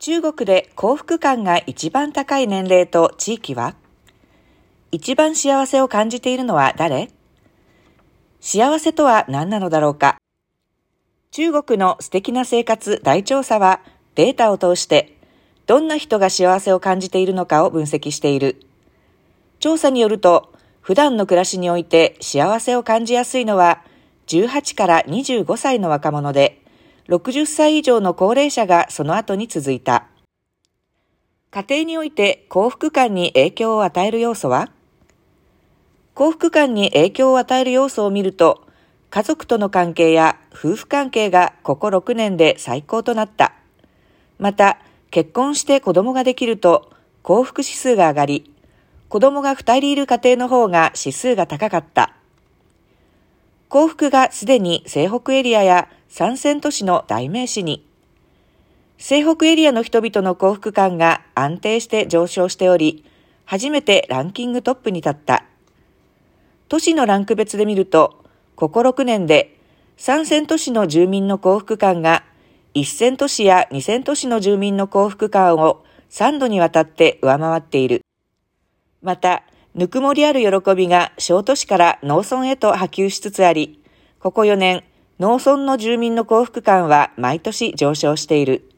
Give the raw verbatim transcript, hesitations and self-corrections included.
中国で幸福感が一番高い年齢と地域は？一番幸せを感じているのは誰？幸せとは何なのだろうか。中国の素敵な生活大調査はデータを通してどんな人が幸せを感じているのかを分析している。調査によると、普段の暮らしにおいて幸せを感じやすいのはじゅうはちからにじゅうごさいの若者で、ろくじゅっさい以上の高齢者がその後に続いた。家庭において幸福感に影響を与える要素は？幸福感に影響を与える要素を見ると、家族との関係や夫婦関係がこころくねんで最高となった。また、結婚して子供ができると幸福指数が上がり、子供がふたりいる家庭の方が指数が高かった。幸福がすでに西北エリアや三線都市の代名詞に。西北エリアの人々の幸福感が安定して上昇しており、初めてランキングトップに立った。都市のランク別で見ると、こころくねんで三線都市の住民の幸福感が一線都市や二線都市の住民の幸福感をさんどにわたって上回っている。また、ぬくもりある喜びが小都市から農村へと波及しつつあり、ここよねん、農村の住民の幸福感は毎年上昇している。